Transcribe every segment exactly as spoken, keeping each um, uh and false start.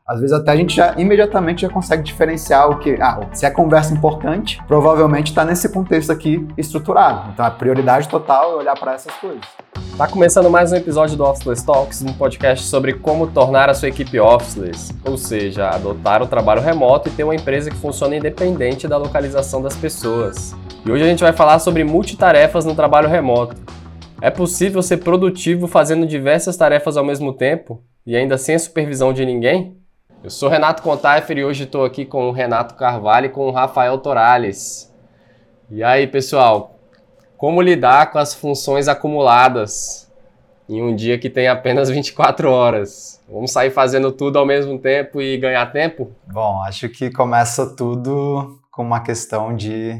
Às vezes até a gente já imediatamente já consegue diferenciar o que, ah, se é conversa importante, provavelmente está nesse contexto aqui estruturado. Então a prioridade total é olhar para essas coisas. Tá começando mais um episódio do Officeless Talks, um podcast sobre como tornar a sua equipe officeless, ou seja, adotar o trabalho remoto e ter uma empresa que funcione independente da localização das pessoas. E hoje a gente vai falar sobre multitarefas no trabalho remoto. É possível ser produtivo fazendo diversas tarefas ao mesmo tempo e ainda sem a supervisão de ninguém? Eu sou Renato Contaifer e hoje estou aqui com o Renato Carvalho e com o Rafael Torales. E aí, pessoal, como lidar com as funções acumuladas em um dia que tem apenas vinte e quatro horas? Vamos sair fazendo tudo ao mesmo tempo e ganhar tempo? Bom, acho que começa tudo com uma questão de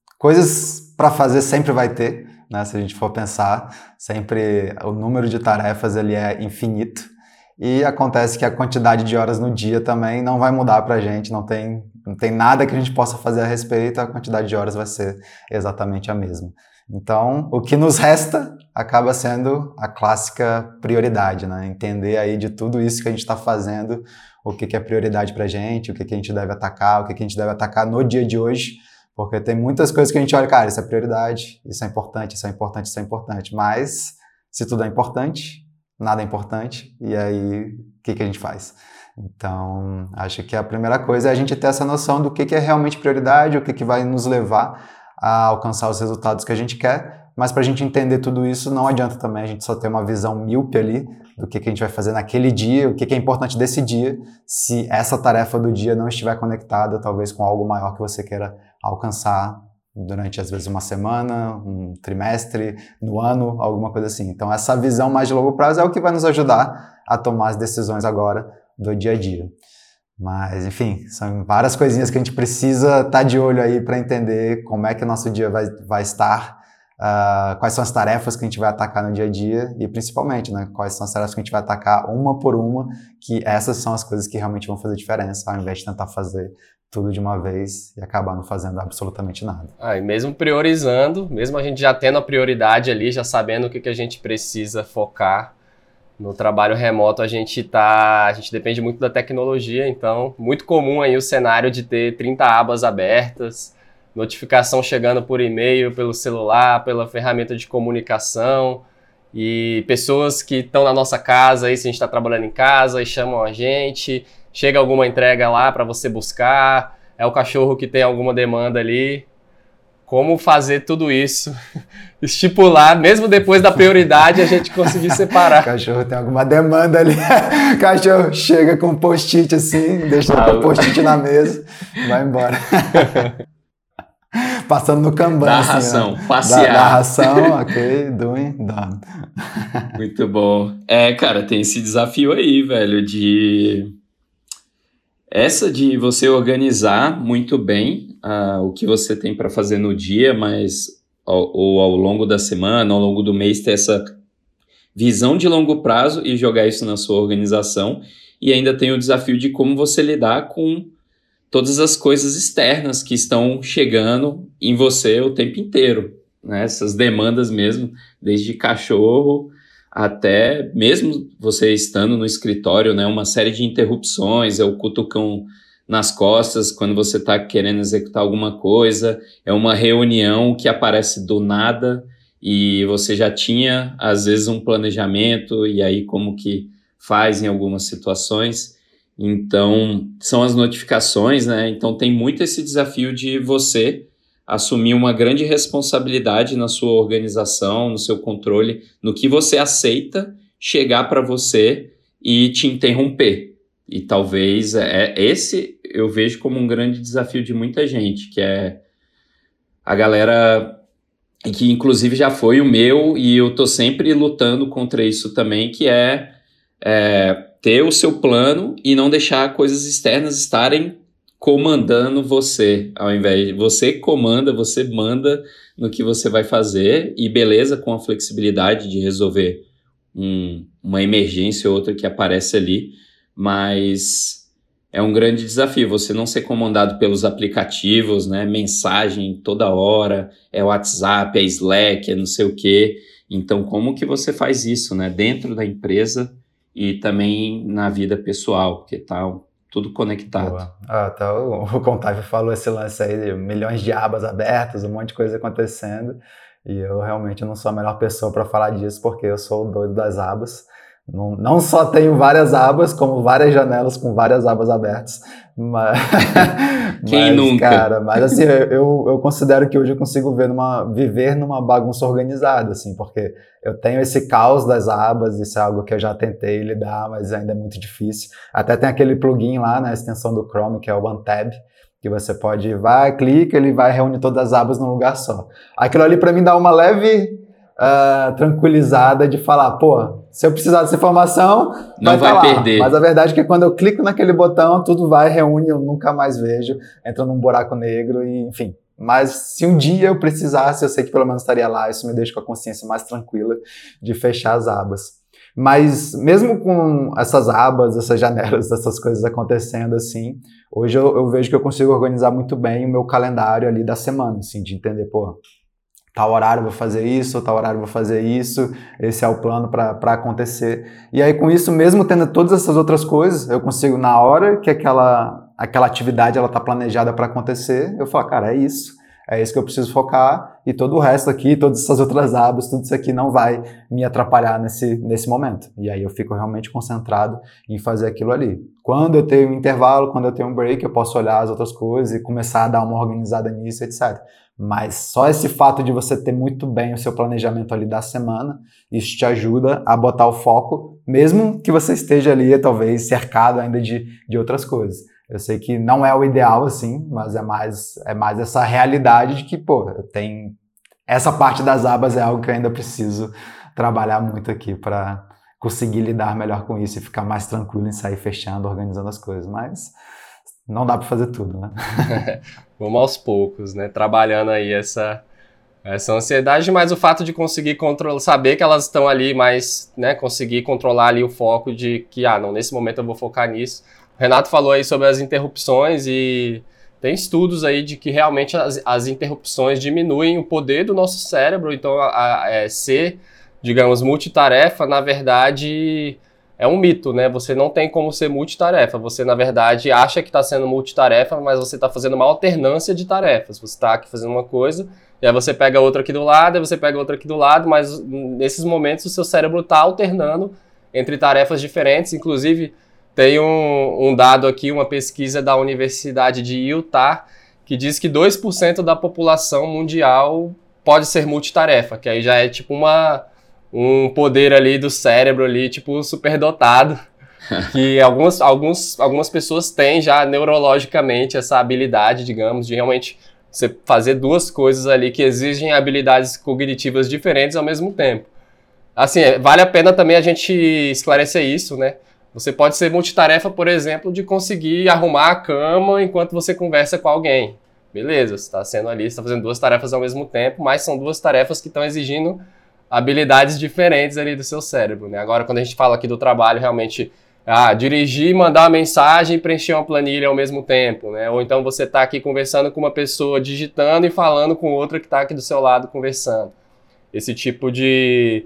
coisas para fazer sempre vai ter, né? Se a gente for pensar, sempre o número de tarefas ele é infinito. E acontece que a quantidade de horas no dia também não vai mudar para a gente, não tem, não tem nada que a gente possa fazer a respeito, a quantidade de horas vai ser exatamente a mesma. Então, o que nos resta acaba sendo a clássica prioridade, né? Entender aí de tudo isso que a gente está fazendo, o que, que é prioridade para a gente, o que, que a gente deve atacar, o que, que a gente deve atacar no dia de hoje, porque tem muitas coisas que a gente olha, cara, isso é prioridade, isso é importante, isso é importante, isso é importante, mas se tudo é importante, nada é importante, e aí o que, que a gente faz? Então, acho que a primeira coisa é a gente ter essa noção do que, que é realmente prioridade, o que, que vai nos levar a alcançar os resultados que a gente quer, mas para a gente entender tudo isso, não adianta também a gente só ter uma visão míope ali do que, que a gente vai fazer naquele dia, o que, que é importante desse dia, se essa tarefa do dia não estiver conectada, talvez com algo maior que você queira alcançar durante, às vezes, uma semana, um trimestre, no ano, alguma coisa assim. Então, essa visão mais de longo prazo é o que vai nos ajudar a tomar as decisões agora do dia a dia. Mas, enfim, são várias coisinhas que a gente precisa estar de olho aí para entender como é que o nosso dia vai, vai estar, uh, quais são as tarefas que a gente vai atacar no dia a dia e, principalmente, né, quais são as tarefas que a gente vai atacar uma por uma, que essas são as coisas que realmente vão fazer diferença, ao invés de tentar fazer tudo de uma vez e acabar não fazendo absolutamente nada. Ah, e mesmo priorizando, mesmo a gente já tendo a prioridade ali, já sabendo o que, que a gente precisa focar no trabalho remoto, a gente tá, a gente depende muito da tecnologia, então muito comum aí o cenário de ter trinta abas abertas, notificação chegando por e-mail, pelo celular, pela ferramenta de comunicação, e pessoas que estão na nossa casa, aí se a gente está trabalhando em casa e chamam a gente, chega alguma entrega lá para você buscar, é o cachorro que tem alguma demanda ali. Como fazer tudo isso, estipular, mesmo depois da prioridade, a gente conseguir separar. O cachorro tem alguma demanda ali, o cachorro chega com um post-it assim, deixa ah, o post-it na mesa, vai embora. Passando no Kanban. Dá assim, ração, né? passear. Dá, dá ração, ok, doing, done. Muito bom. É, cara, tem esse desafio aí, velho, de... Essa de você organizar muito bem uh, o que você tem para fazer no dia, mas ao, ou ao longo da semana, ao longo do mês, ter essa visão de longo prazo e jogar isso na sua organização. E ainda tem o desafio de como você lidar com todas as coisas externas que estão chegando em você o tempo inteiro, né? Essas demandas mesmo, desde cachorro até mesmo você estando no escritório, né, uma série de interrupções, é o cutucão nas costas quando você está querendo executar alguma coisa, é uma reunião que aparece do nada e você já tinha, às vezes, um planejamento e aí como que faz em algumas situações. Então, são as notificações, né? Então, tem muito esse desafio de você assumir uma grande responsabilidade na sua organização, no seu controle, no que você aceita chegar para você e te interromper. E talvez é, esse eu vejo como um grande desafio de muita gente, que é a galera, que inclusive já foi o meu, e eu tô sempre lutando contra isso também, que é, é ter o seu plano e não deixar coisas externas estarem comandando você, ao invés de você comanda, você manda no que você vai fazer, e beleza, com a flexibilidade de resolver um, uma emergência ou outra que aparece ali, mas é um grande desafio você não ser comandado pelos aplicativos, né? Mensagem toda hora, é WhatsApp, é Slack, é não sei o quê. Então, como que você faz isso, né? Dentro da empresa e também na vida pessoal, porque tá tudo conectado. Ah, até o, o Contávio falou esse lance aí de milhões de abas abertas, um monte de coisa acontecendo, e eu realmente não sou a melhor pessoa para falar disso, porque eu sou o doido das abas. Não, não só tenho várias abas, como várias janelas com várias abas abertas. Mas, Quem mas, nunca? Cara, mas assim, eu, eu considero que hoje eu consigo ver numa, viver numa bagunça organizada, assim, porque eu tenho esse caos das abas, isso é algo que eu já tentei lidar, mas ainda é muito difícil. Até tem aquele plugin lá, na extensão do Chrome, que é o OneTab, que você pode, vai, clica, ele vai reunir todas as abas num lugar só. Aquilo ali para mim dá uma leve... Uh, tranquilizada de falar, pô, se eu precisar dessa informação, não vai, vai tá perder. Mas a verdade é que quando eu clico naquele botão, tudo vai, reúne, eu nunca mais vejo, entra num buraco negro e, enfim. Mas se um dia eu precisasse, eu sei que pelo menos estaria lá, isso me deixa com a consciência mais tranquila de fechar as abas. Mas mesmo com essas abas, essas janelas, essas coisas acontecendo assim, hoje eu, eu vejo que eu consigo organizar muito bem o meu calendário ali da semana, assim, de entender, pô, tal horário eu vou fazer isso, tal horário eu vou fazer isso, esse é o plano para acontecer. E aí com isso, mesmo tendo todas essas outras coisas, eu consigo, na hora que aquela, aquela atividade está planejada para acontecer, eu falo, cara, é isso, é isso que eu preciso focar, e todo o resto aqui, todas essas outras abas, tudo isso aqui não vai me atrapalhar nesse, nesse momento. E aí eu fico realmente concentrado em fazer aquilo ali. Quando eu tenho um intervalo, quando eu tenho um break, eu posso olhar as outras coisas e começar a dar uma organizada nisso, etcétera. Mas só esse fato de você ter muito bem o seu planejamento ali da semana, isso te ajuda a botar o foco, mesmo que você esteja ali, talvez, cercado ainda de, de outras coisas. Eu sei que não é o ideal, assim, mas é mais, é mais essa realidade de que, pô, eu tenho... Essa parte das abas é algo que eu ainda preciso trabalhar muito aqui para conseguir lidar melhor com isso e ficar mais tranquilo em sair fechando, organizando as coisas, mas... Não dá para fazer tudo, né? Vamos aos poucos, né? Trabalhando aí essa, essa ansiedade, mas o fato de conseguir controlar, saber que elas estão ali, mas, né, conseguir controlar ali o foco de que, ah, não, nesse momento eu vou focar nisso. O Renato falou aí sobre as interrupções e tem estudos aí de que realmente as, as interrupções diminuem o poder do nosso cérebro, então a, a, é, ser, digamos, multitarefa, na verdade... É um mito, né? Você não tem como ser multitarefa. Você, na verdade, acha que está sendo multitarefa, mas você está fazendo uma alternância de tarefas. Você está aqui fazendo uma coisa, e aí você pega outra aqui do lado, aí você pega outra aqui do lado, mas nesses momentos o seu cérebro está alternando entre tarefas diferentes. Inclusive, tem um, um dado aqui, uma pesquisa da Universidade de Utah, que diz que dois por cento da população mundial pode ser multitarefa, que aí já é tipo uma... um poder ali do cérebro ali, tipo, superdotado, que algumas, alguns, algumas pessoas têm já neurologicamente essa habilidade, digamos, de realmente você fazer duas coisas ali que exigem habilidades cognitivas diferentes ao mesmo tempo. Assim, vale a pena também a gente esclarecer isso, né? Você pode ser multitarefa, por exemplo, de conseguir arrumar a cama enquanto você conversa com alguém. Beleza, você está sendo ali, você está fazendo duas tarefas ao mesmo tempo, mas são duas tarefas que estão exigindo habilidades diferentes ali do seu cérebro, né? Agora, quando a gente fala aqui do trabalho, realmente, ah, dirigir, mandar uma mensagem e preencher uma planilha ao mesmo tempo, né? Ou então você está aqui conversando com uma pessoa, digitando e falando com outra que está aqui do seu lado conversando. Esse tipo de,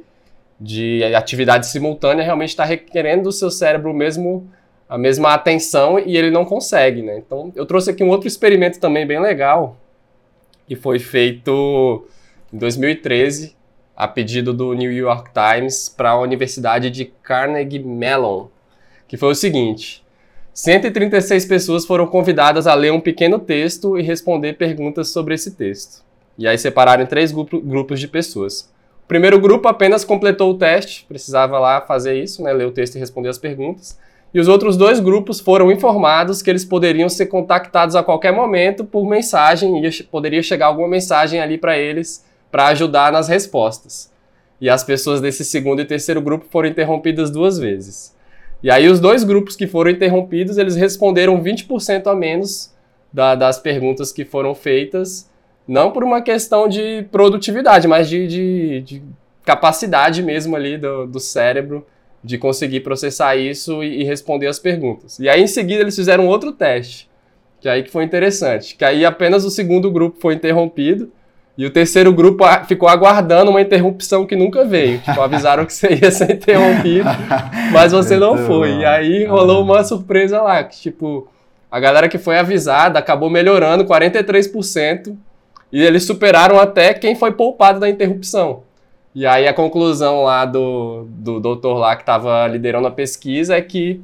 de atividade simultânea realmente está requerendo do seu cérebro mesmo, a mesma atenção e ele não consegue, né? Então, eu trouxe aqui um outro experimento também bem legal, que foi feito em dois mil e treze, a pedido do New York Times para a Universidade de Carnegie Mellon, que foi o seguinte: cento e trinta e seis pessoas foram convidadas a ler um pequeno texto e responder perguntas sobre esse texto. E aí separaram em três grupo, grupos de pessoas. O primeiro grupo apenas completou o teste, precisava lá fazer isso, né, ler o texto e responder as perguntas. E os outros dois grupos foram informados que eles poderiam ser contactados a qualquer momento por mensagem, e poderia chegar alguma mensagem ali para eles para ajudar nas respostas. E as pessoas desse segundo e terceiro grupo foram interrompidas duas vezes. E aí os dois grupos que foram interrompidos, eles responderam vinte por cento a menos da, das perguntas que foram feitas, não por uma questão de produtividade, mas de, de, de capacidade mesmo ali do, do cérebro de conseguir processar isso e, e responder as perguntas. E aí em seguida eles fizeram outro teste, que aí que foi interessante, que aí apenas o segundo grupo foi interrompido, E o terceiro grupo ficou aguardando uma interrupção que nunca veio. Tipo, avisaram que você ia ser interrompido, mas você não foi. E aí rolou uma surpresa lá, que tipo, a galera que foi avisada acabou melhorando quarenta e três por cento e eles superaram até quem foi poupado da interrupção. E aí a conclusão lá do, do doutor lá que estava liderando a pesquisa é que,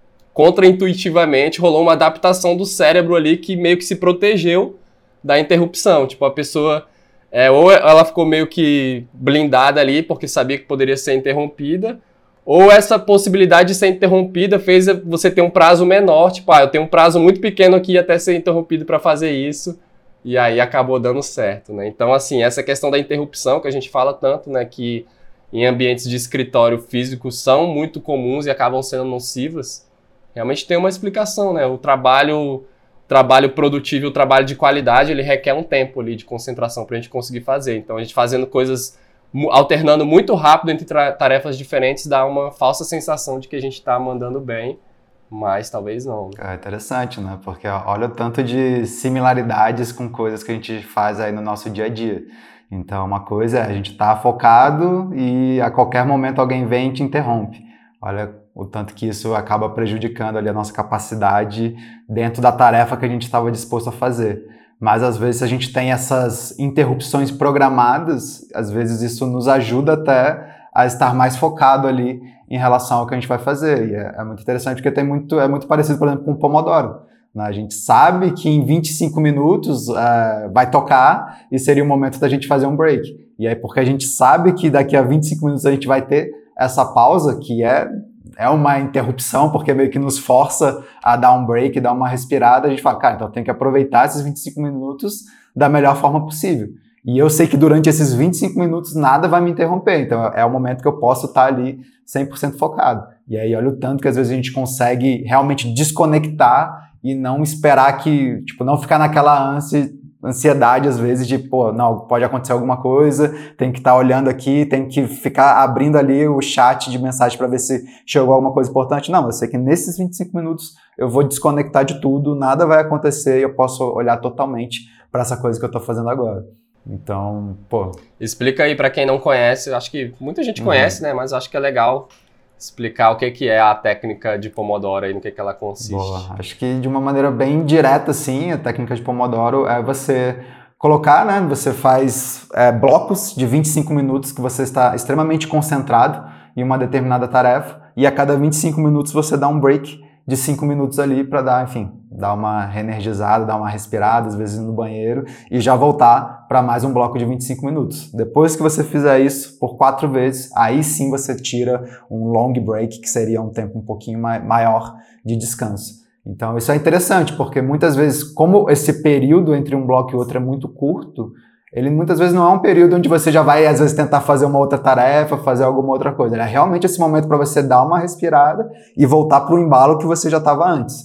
contraintuitivamente, rolou uma adaptação do cérebro ali que meio que se protegeu da interrupção. Tipo, a pessoa... É, ou ela ficou meio que blindada ali porque sabia que poderia ser interrompida, ou essa possibilidade de ser interrompida fez você ter um prazo menor, tipo, ah, eu tenho um prazo muito pequeno aqui até ser interrompido para fazer isso, e aí acabou dando certo, né? Então, assim, essa questão da interrupção que a gente fala tanto, né, que em ambientes de escritório físico são muito comuns e acabam sendo nocivas, realmente tem uma explicação, né? O trabalho... trabalho produtivo e o trabalho de qualidade, ele requer um tempo ali de concentração para a gente conseguir fazer. Então, a gente fazendo coisas, alternando muito rápido entre tarefas diferentes, dá uma falsa sensação de que a gente está mandando bem, mas talvez não. É interessante, né? Porque olha o tanto de similaridades com coisas que a gente faz aí no nosso dia a dia. Então, uma coisa é a gente estar tá focado e a qualquer momento alguém vem e te interrompe. Olha o tanto que isso acaba prejudicando ali a nossa capacidade dentro da tarefa que a gente estava disposto a fazer. Mas, às vezes, se a gente tem essas interrupções programadas, às vezes isso nos ajuda até a estar mais focado ali em relação ao que a gente vai fazer. E é, é muito interessante porque tem muito, é muito parecido, por exemplo, com o Pomodoro. Né? A gente sabe que em vinte e cinco minutos é, vai tocar e seria o momento da gente fazer um break. E aí, porque a gente sabe que daqui a vinte e cinco minutos a gente vai ter essa pausa, que é... é uma interrupção, porque meio que nos força a dar um break, dar uma respirada, a gente fala, cara, então eu tenho que aproveitar esses vinte e cinco minutos da melhor forma possível. E eu sei que durante esses vinte e cinco minutos nada vai me interromper, então é o momento que eu posso estar ali cem por cento focado. E aí olha o tanto que às vezes a gente consegue realmente desconectar e não esperar que, tipo, não ficar naquela ânsia, ansiedade às vezes de, pô, não, pode acontecer alguma coisa, tem que estar olhando aqui, tem que ficar abrindo ali o chat de mensagem para ver se chegou alguma coisa importante. Não, eu sei que nesses vinte e cinco minutos eu vou desconectar de tudo, nada vai acontecer e eu posso olhar totalmente para essa coisa que eu estou fazendo agora. Então, pô... Explica aí para quem não conhece, acho que muita gente uhum. conhece, né, mas acho que é legal explicar o que, que é a técnica de Pomodoro e no que, que ela consiste. Boa. Acho que de uma maneira bem direta, assim, a técnica de Pomodoro é você colocar, né, você faz é, blocos de vinte e cinco minutos que você está extremamente concentrado em uma determinada tarefa e a cada vinte e cinco minutos você dá um break de cinco minutos ali para dar, enfim, dar uma reenergizada, dar uma respirada, às vezes no banheiro, e já voltar para mais um bloco de vinte e cinco minutos. Depois que você fizer isso por quatro vezes, aí sim você tira um long break, que seria um tempo um pouquinho maior de descanso. Então isso é interessante, porque muitas vezes, como esse período entre um bloco e outro é muito curto, ele muitas vezes não é um período onde você já vai, às vezes, tentar fazer uma outra tarefa, fazer alguma outra coisa. É realmente esse momento para você dar uma respirada e voltar para o embalo que você já estava antes.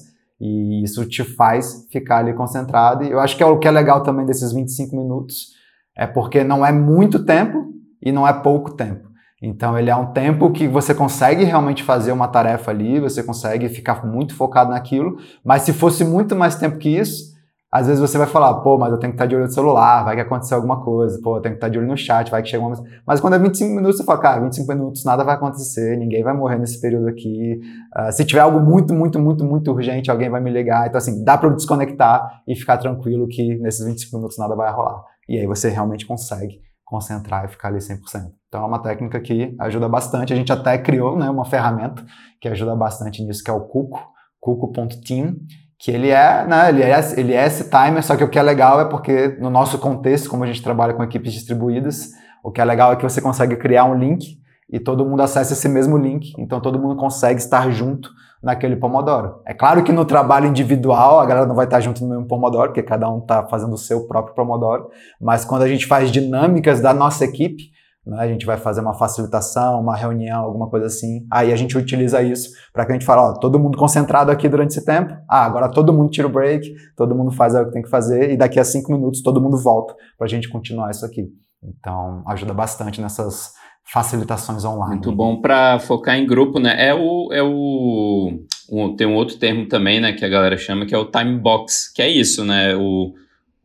E isso te faz ficar ali concentrado. E eu acho que é o que é legal também desses vinte e cinco minutos, é porque não é muito tempo e não é pouco tempo. Então, ele é um tempo que você consegue realmente fazer uma tarefa ali, você consegue ficar muito focado naquilo, mas se fosse muito mais tempo que isso, às vezes você vai falar, pô, mas eu tenho que estar de olho no celular, vai que acontecer alguma coisa, pô, eu tenho que estar de olho no chat, vai que chega uma... Mas quando é vinte e cinco minutos, você fala, cara, vinte e cinco minutos, nada vai acontecer, ninguém vai morrer nesse período aqui. Uh, se tiver algo muito, muito, muito, muito urgente, alguém vai me ligar. Então, assim, dá para eu desconectar e ficar tranquilo que nesses vinte e cinco minutos nada vai rolar. E aí você realmente consegue concentrar e ficar ali cem por cento. Então, é uma técnica que ajuda bastante. A gente até criou, né, uma ferramenta que ajuda bastante nisso, que é o Cuco, cuco ponto team, que ele é, né, ele é, ele é esse timer, só que o que é legal é porque no nosso contexto, como a gente trabalha com equipes distribuídas, o que é legal é que você consegue criar um link e todo mundo acessa esse mesmo link, então todo mundo consegue estar junto naquele Pomodoro. É claro que no trabalho individual a galera não vai estar junto no mesmo Pomodoro, porque cada um está fazendo o seu próprio Pomodoro, mas quando a gente faz dinâmicas da nossa equipe, né, a gente vai fazer uma facilitação, uma reunião, alguma coisa assim, aí a gente utiliza isso para que a gente fale, ó, todo mundo concentrado aqui durante esse tempo, ah, agora todo mundo tira o break, todo mundo faz o que tem que fazer, e daqui a cinco minutos todo mundo volta para a gente continuar isso aqui. Então, ajuda bastante nessas facilitações online. Muito bom para focar em grupo, né? É o, é o, o... Tem um outro termo também, né, que a galera chama, que é o time box, que é isso, né? O...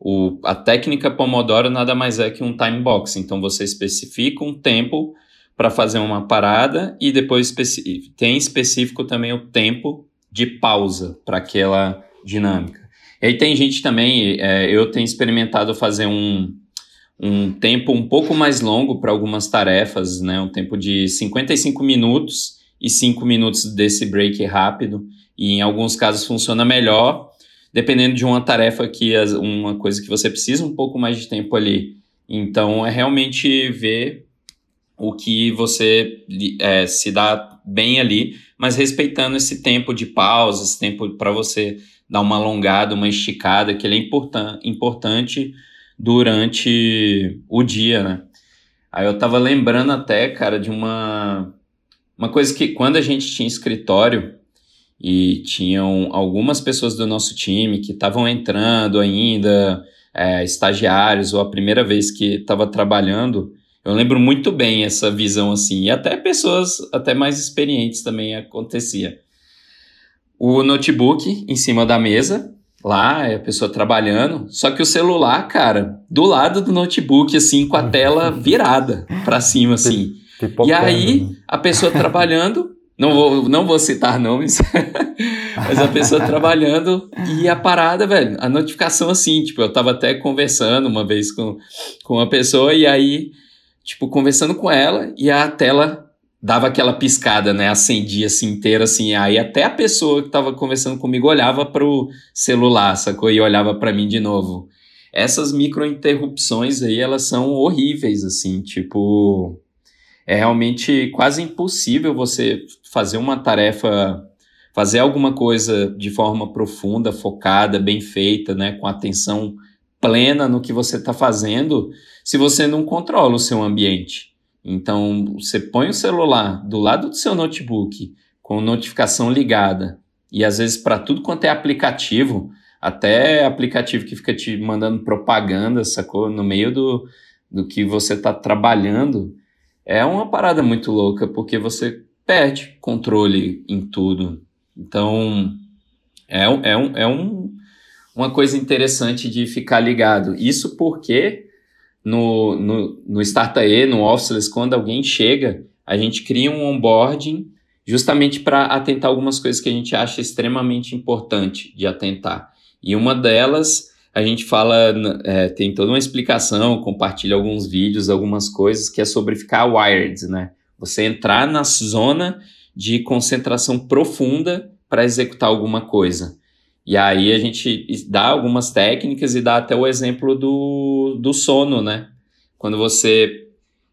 O, a técnica Pomodoro nada mais é que um time box. Então, você especifica um tempo para fazer uma parada e depois especi- tem específico também o tempo de pausa para aquela dinâmica. E aí tem gente também, é, eu tenho experimentado fazer um, um tempo um pouco mais longo para algumas tarefas, né? Um tempo de cinquenta e cinco minutos e cinco minutos desse break rápido. E em alguns casos funciona melhor, dependendo de uma tarefa, que as, uma coisa que você precisa um pouco mais de tempo ali. Então é realmente ver o que você é, se dá bem ali, mas respeitando esse tempo de pausa, esse tempo para você dar uma alongada, uma esticada, que ele é importan- importante durante o dia, né? Aí eu tava lembrando até, cara, de uma, uma coisa que quando a gente tinha escritório e tinham algumas pessoas do nosso time que estavam entrando ainda, é, estagiários, ou a primeira vez que estava trabalhando, eu lembro muito bem essa visão assim, e até pessoas até mais experientes também acontecia. O notebook em cima da mesa, lá, a pessoa trabalhando, só que o celular, cara, do lado do notebook, assim, com a tela virada para cima, assim. E aí, a pessoa trabalhando, não vou, não vou citar nomes, mas a pessoa trabalhando e a parada, velho, a notificação assim, tipo, eu tava até conversando uma vez com, com uma pessoa e aí, tipo, conversando com ela e a tela dava aquela piscada, né, acendia assim inteira, assim, aí até a pessoa que tava conversando comigo olhava pro celular, sacou? E olhava pra mim de novo. Essas micro-interrupções aí, elas são horríveis, assim, tipo, é realmente quase impossível você fazer uma tarefa, fazer alguma coisa de forma profunda, focada, bem feita, né, com atenção plena no que você tá fazendo, se você não controla o seu ambiente. Então, você põe o celular do lado do seu notebook, com notificação ligada, e às vezes para tudo quanto é aplicativo, até aplicativo que fica te mandando propaganda, sacou? No meio do, do que você está trabalhando, é uma parada muito louca, porque você perde controle em tudo. Então, é, é, um, é um, uma coisa interessante de ficar ligado. Isso porque No, no, no Startae, no Officeless, quando alguém chega, a gente cria um onboarding justamente para atentar algumas coisas que a gente acha extremamente importante de atentar. E uma delas, a gente fala, é, tem toda uma explicação, compartilha alguns vídeos, algumas coisas, que é sobre ficar wired, né? Você entrar na zona de concentração profunda para executar alguma coisa. E aí a gente dá algumas técnicas e dá até o exemplo do, do sono, né? Quando você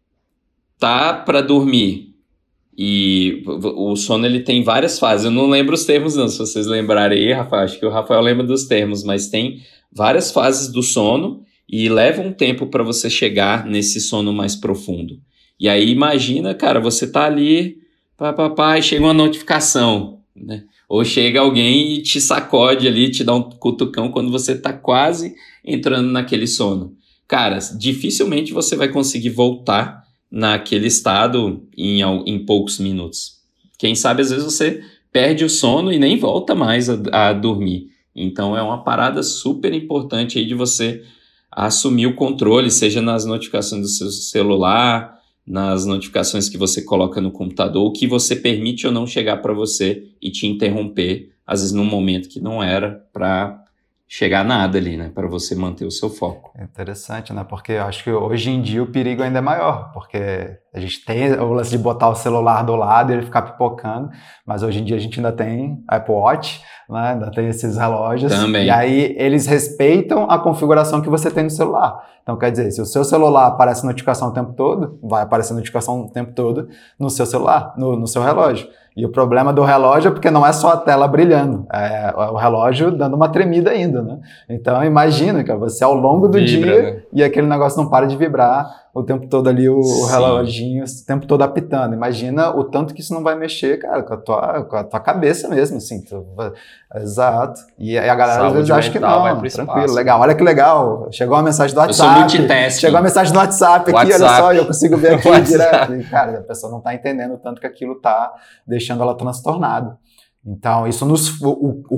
tá para dormir e o sono ele tem várias fases. Eu não lembro os termos não, se vocês lembrarem aí, Rafael. Acho que o Rafael lembra dos termos, mas tem várias fases do sono e leva um tempo para você chegar nesse sono mais profundo. E aí imagina, cara, você tá ali, pá, pá, pá, e chega uma notificação, né? Ou chega alguém e te sacode ali, te dá um cutucão quando você tá quase entrando naquele sono. Cara, dificilmente você vai conseguir voltar naquele estado em, em poucos minutos. Quem sabe, às vezes, você perde o sono e nem volta mais a, a dormir. Então, é uma parada super importante aí de você assumir o controle, seja nas notificações do seu celular, nas notificações que você coloca no computador, o que você permite ou não chegar para você e te interromper, às vezes num momento que não era para chegar nada ali, né, para você manter o seu foco. É interessante, né, porque eu acho que hoje em dia o perigo ainda é maior, porque a gente tem o lance de botar o celular do lado e ele ficar pipocando, mas hoje em dia a gente ainda tem Apple Watch, né, ainda tem esses relógios, também. E aí eles respeitam a configuração que você tem no celular. Então, quer dizer, se o seu celular aparece notificação o tempo todo, vai aparecer notificação o tempo todo no seu celular, no, no seu relógio. E o problema do relógio é porque não é só a tela brilhando, é o relógio dando uma tremida ainda, né? Então, imagina, cara, você ao longo do Vibra, dia né? E aquele negócio não para de vibrar o tempo todo ali, o, o reloginho, o tempo todo apitando. Imagina o tanto que isso não vai mexer, cara, com a tua, com a tua cabeça mesmo, assim. Tu, exato. E aí a galera Saúde às vezes acha que mental vai não, pro tranquilo, espaço. legal. Olha que legal, chegou uma mensagem do Eu sou WhatsApp. multitasking. Chegou uma mensagem do WhatsApp aqui, WhatsApp. olha só, e eu consigo ver aqui WhatsApp. direto. E, cara, a pessoa não tá entendendo o tanto que aquilo tá deixando ela transtornada. Então, isso nos... O, o,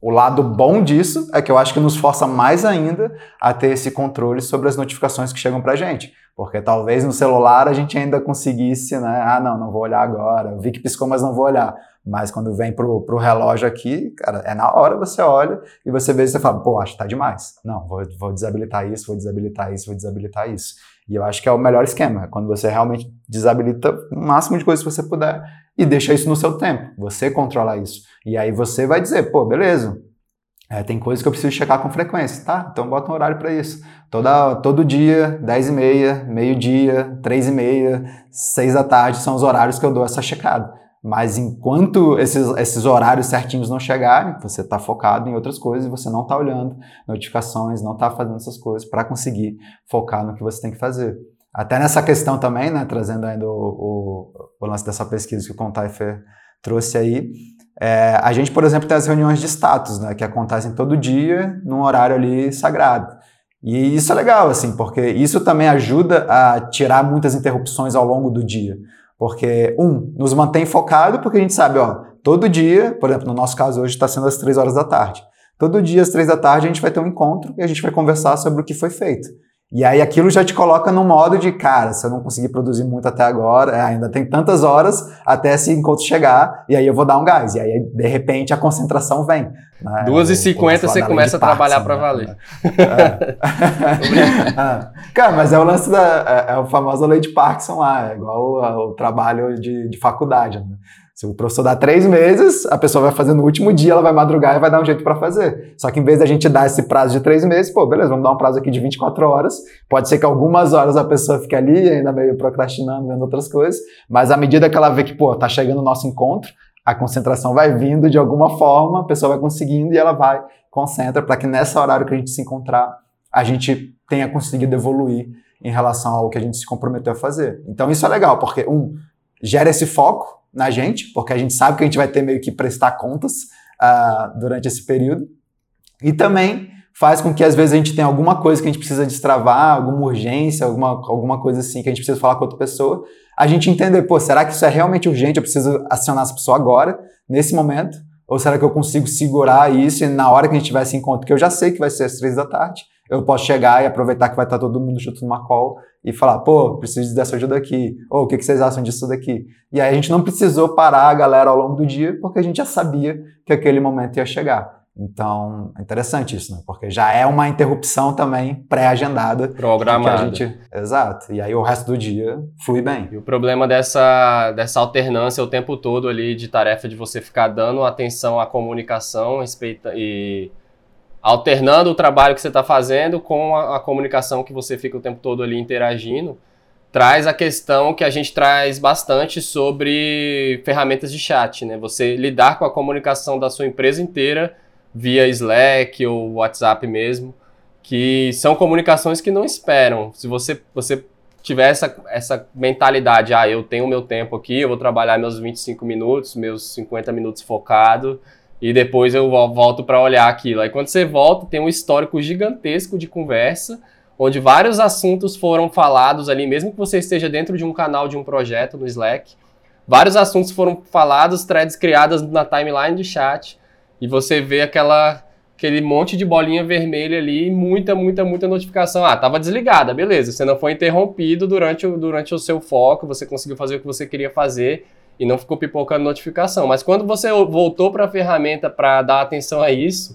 O lado bom disso é que eu acho que nos força mais ainda a ter esse controle sobre as notificações que chegam pra gente. Porque talvez no celular a gente ainda conseguisse, né? Ah, não, não vou olhar agora. Eu vi que piscou, mas não vou olhar. Mas quando vem pro, pro relógio aqui, cara, é na hora você olha e você vê e você fala, pô, acho que tá demais. Não, vou, vou desabilitar isso, vou desabilitar isso, vou desabilitar isso. E eu acho que é o melhor esquema, quando você realmente desabilita o máximo de coisas que você puder e deixa isso no seu tempo. Você controla isso. E aí você vai dizer, pô, beleza, é, tem coisas que eu preciso checar com frequência, tá? Então bota um horário para isso. Toda, todo dia, dez e meia, meio-dia, três e meia, seis da tarde são os horários que eu dou essa checada. Mas enquanto esses, esses horários certinhos não chegarem, você está focado em outras coisas e você não está olhando notificações, não está fazendo essas coisas para conseguir focar no que você tem que fazer. Até nessa questão também, né, trazendo ainda o, o, o lance dessa pesquisa que o Contaifer trouxe aí, é, a gente, por exemplo, tem as reuniões de status, né, que acontecem todo dia num horário ali sagrado. E isso é legal, assim, porque isso também ajuda a tirar muitas interrupções ao longo do dia. Porque, um, nos mantém focado, porque a gente sabe, ó, todo dia, por exemplo, no nosso caso hoje está sendo às três horas da tarde. Todo dia às três da tarde a gente vai ter um encontro e a gente vai conversar sobre o que foi feito. E aí aquilo já te coloca no modo de, cara, se eu não conseguir produzir muito até agora, ainda tem tantas horas até esse encontro chegar, e aí eu vou dar um gás. E aí, de repente, a concentração vem. Né? duas e cinquenta você começa a trabalhar para valer. É. É. Cara, mas é o lance da... É, é o famoso lei de Parkinson lá, é igual o, o trabalho de, de faculdade, né? Se o professor dá três meses, a pessoa vai fazer no último dia, ela vai madrugar e vai dar um jeito para fazer. Só que em vez da gente dar esse prazo de três meses, pô, beleza, vamos dar um prazo aqui de vinte e quatro horas. Pode ser que algumas horas a pessoa fique ali, ainda meio procrastinando, vendo outras coisas, mas à medida que ela vê que, pô, tá chegando o nosso encontro, a concentração vai vindo de alguma forma, a pessoa vai conseguindo e ela vai, concentra, para que nessa horário que a gente se encontrar, a gente tenha conseguido evoluir em relação ao que a gente se comprometeu a fazer. Então isso é legal, porque, um, gera esse foco na gente, porque a gente sabe que a gente vai ter meio que prestar contas uh, durante esse período, e também faz com que às vezes a gente tenha alguma coisa que a gente precisa destravar, alguma urgência, alguma, alguma coisa assim que a gente precisa falar com outra pessoa, a gente entender, pô, será que isso é realmente urgente, eu preciso acionar essa pessoa agora, nesse momento, ou será que eu consigo segurar isso e na hora que a gente tiver esse encontro, que eu já sei que vai ser às três da tarde, eu posso chegar e aproveitar que vai estar todo mundo junto numa call e falar, pô, preciso dessa ajuda aqui, ou o que vocês acham disso daqui? E aí a gente não precisou parar a galera ao longo do dia, porque a gente já sabia que aquele momento ia chegar. Então, é interessante isso, né? Porque já é uma interrupção também pré-agendada. Programada. A gente... Exato. E aí o resto do dia flui bem. E o problema dessa, dessa alternância o tempo todo ali de tarefa de você ficar dando atenção à comunicação respeita, e alternando o trabalho que você está fazendo com a, a comunicação que você fica o tempo todo ali interagindo, traz a questão que a gente traz bastante sobre ferramentas de chat, né? Você lidar com a comunicação da sua empresa inteira via Slack ou WhatsApp mesmo, que são comunicações que não esperam. Se você, você tiver essa, essa mentalidade, ah, eu tenho o meu tempo aqui, eu vou trabalhar meus vinte e cinco minutos, meus cinquenta minutos focado, e depois eu volto para olhar aquilo. Aí quando você volta, tem um histórico gigantesco de conversa, onde vários assuntos foram falados ali, mesmo que você esteja dentro de um canal de um projeto no Slack, vários assuntos foram falados, threads criadas na timeline de chat, e você vê aquela, aquele monte de bolinha vermelha ali, muita, muita, muita notificação. Ah, estava desligada, beleza, você não foi interrompido durante o, durante o seu foco, você conseguiu fazer o que você queria fazer, e não ficou pipocando notificação. Mas quando você voltou para a ferramenta para dar atenção a isso,